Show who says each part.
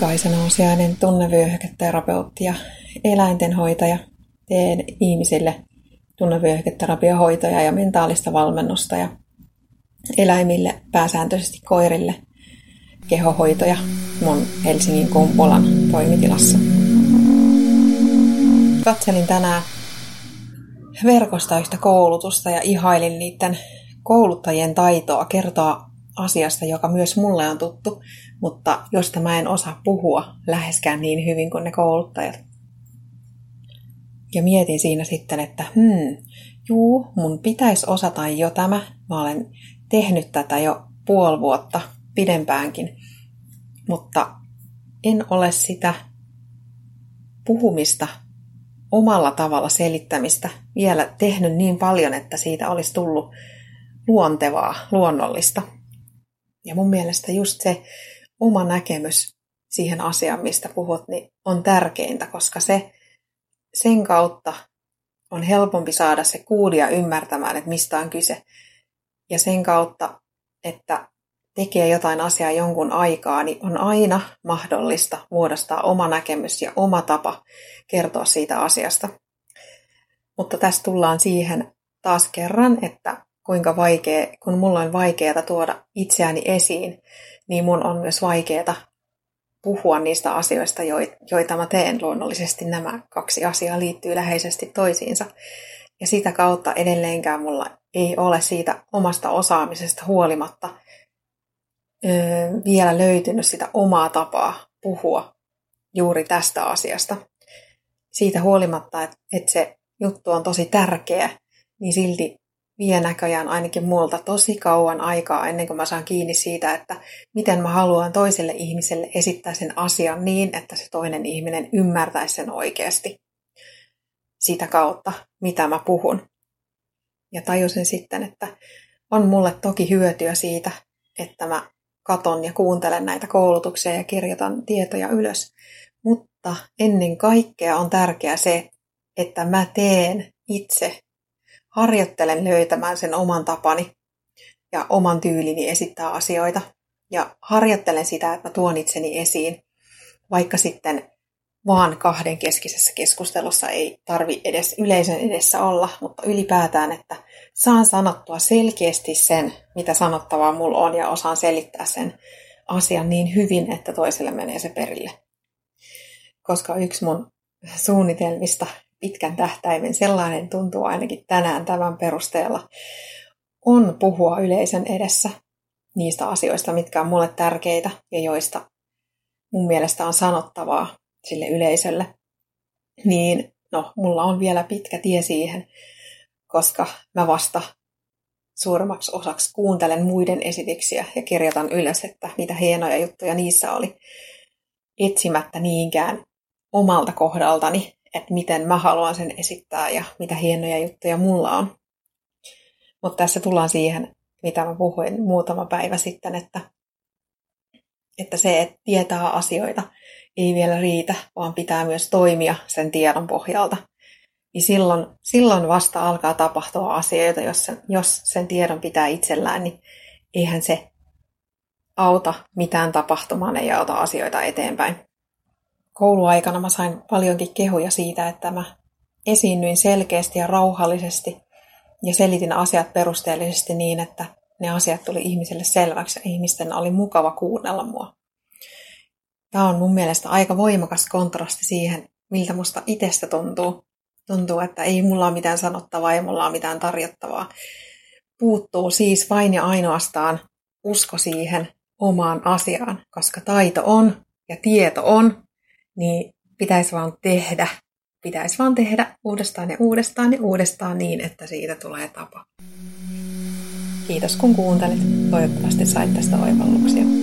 Speaker 1: Kaisa Nousiainen, tunnevyöhyketerapeutti ja eläintenhoitaja. Teen ihmisille tunnevyöhyketerapiohoitoja ja mentaalista valmennusta ja eläimille, pääsääntöisesti koirille, kehohoitoja mun Helsingin Kumpulan toimitilassa. Katselin tänään verkosta yhtä koulutusta ja ihailin niiden kouluttajien taitoa kertoa asiasta, joka myös mulle on tuttu, mutta josta mä en osaa puhua läheskään niin hyvin kuin ne kouluttajat. Ja mietin siinä sitten, että mun pitäisi osata jo tämä. Mä olen tehnyt tätä jo puoli vuotta pidempäänkin, mutta en ole sitä puhumista, omalla tavalla selittämistä vielä tehnyt niin paljon, että siitä olisi tullut luontevaa, luonnollista. Ja mun mielestä just se oma näkemys siihen asiaan, mistä puhut, niin on tärkeintä, koska sen kautta on helpompi saada se kuulija ymmärtämään, että mistä on kyse. Ja sen kautta, että tekee jotain asiaa jonkun aikaa, niin on aina mahdollista muodostaa oma näkemys ja oma tapa kertoa siitä asiasta. Mutta tässä tullaan siihen taas kerran, että kun mulla on vaikeaa tuoda itseäni esiin, niin mun on myös vaikeaa puhua niistä asioista, joita mä teen. Luonnollisesti nämä kaksi asiaa liittyy läheisesti toisiinsa. Ja sitä kautta edelleenkään mulla ei ole siitä omasta osaamisesta huolimatta vielä löytynyt sitä omaa tapaa puhua juuri tästä asiasta. Siitä huolimatta, että se juttu on tosi tärkeä, niin silti vie näköjään ainakin multa tosi kauan aikaa ennen kuin mä saan kiinni siitä, että miten mä haluan toiselle ihmiselle esittää sen asian niin, että se toinen ihminen ymmärtäisi sen oikeasti sitä kautta, mitä mä puhun. Ja tajusin sitten, että on mulle toki hyötyä siitä, että mä katon ja kuuntelen näitä koulutuksia ja kirjoitan tietoja ylös. Mutta ennen kaikkea on tärkeää se, että mä teen itse, harjoittelen löytämään sen oman tapani ja oman tyylini esittää asioita. Ja harjoittelen sitä, että mä tuon itseni esiin, vaikka sitten vaan kahden keskisessä keskustelussa ei tarvi edes yleisön edessä olla, mutta ylipäätään, että saan sanottua selkeästi sen, mitä sanottavaa mulla on ja osaan selittää sen asian niin hyvin, että toiselle menee se perille. Koska yksi mun suunnitelmista pitkän tähtäimen, sellainen tuntuu ainakin tänään tämän perusteella, on puhua yleisön edessä niistä asioista, mitkä on mulle tärkeitä ja joista mun mielestä on sanottavaa sille yleisölle. Niin, mulla on vielä pitkä tie siihen, koska mä vasta suurimmaksi osaksi kuuntelen muiden esityksiä ja kirjoitan ylös, että mitä hienoja juttuja niissä oli, etsimättä niinkään omalta kohdaltani, että miten mä haluan sen esittää ja mitä hienoja juttuja mulla on. Mutta tässä tullaan siihen, mitä mä puhuin muutama päivä sitten, että se, että tietää asioita, ei vielä riitä, vaan pitää myös toimia sen tiedon pohjalta. Niin silloin vasta alkaa tapahtua asioita, jos sen tiedon pitää itsellään, niin eihän se auta mitään tapahtumaan, ei auta asioita eteenpäin. Kouluaikana mä sain paljonkin kehuja siitä, että mä esiinnyin selkeästi ja rauhallisesti ja selitin asiat perusteellisesti niin, että ne asiat tuli ihmisille selväksi ja ihmisten oli mukava kuunnella mua. Tämä on mun mielestä aika voimakas kontrasti siihen, miltä musta itsestä tuntuu. Tuntuu, että ei mulla ole mitään sanottavaa, ei mulla ole mitään tarjottavaa. Puuttuu siis vain ja ainoastaan usko siihen omaan asiaan, koska taito on ja tieto on, niin pitäisi vaan tehdä uudestaan ja uudestaan ja uudestaan niin, että siitä tulee tapa. Kiitos kun kuuntelit. Toivottavasti sait tästä oivalluksia.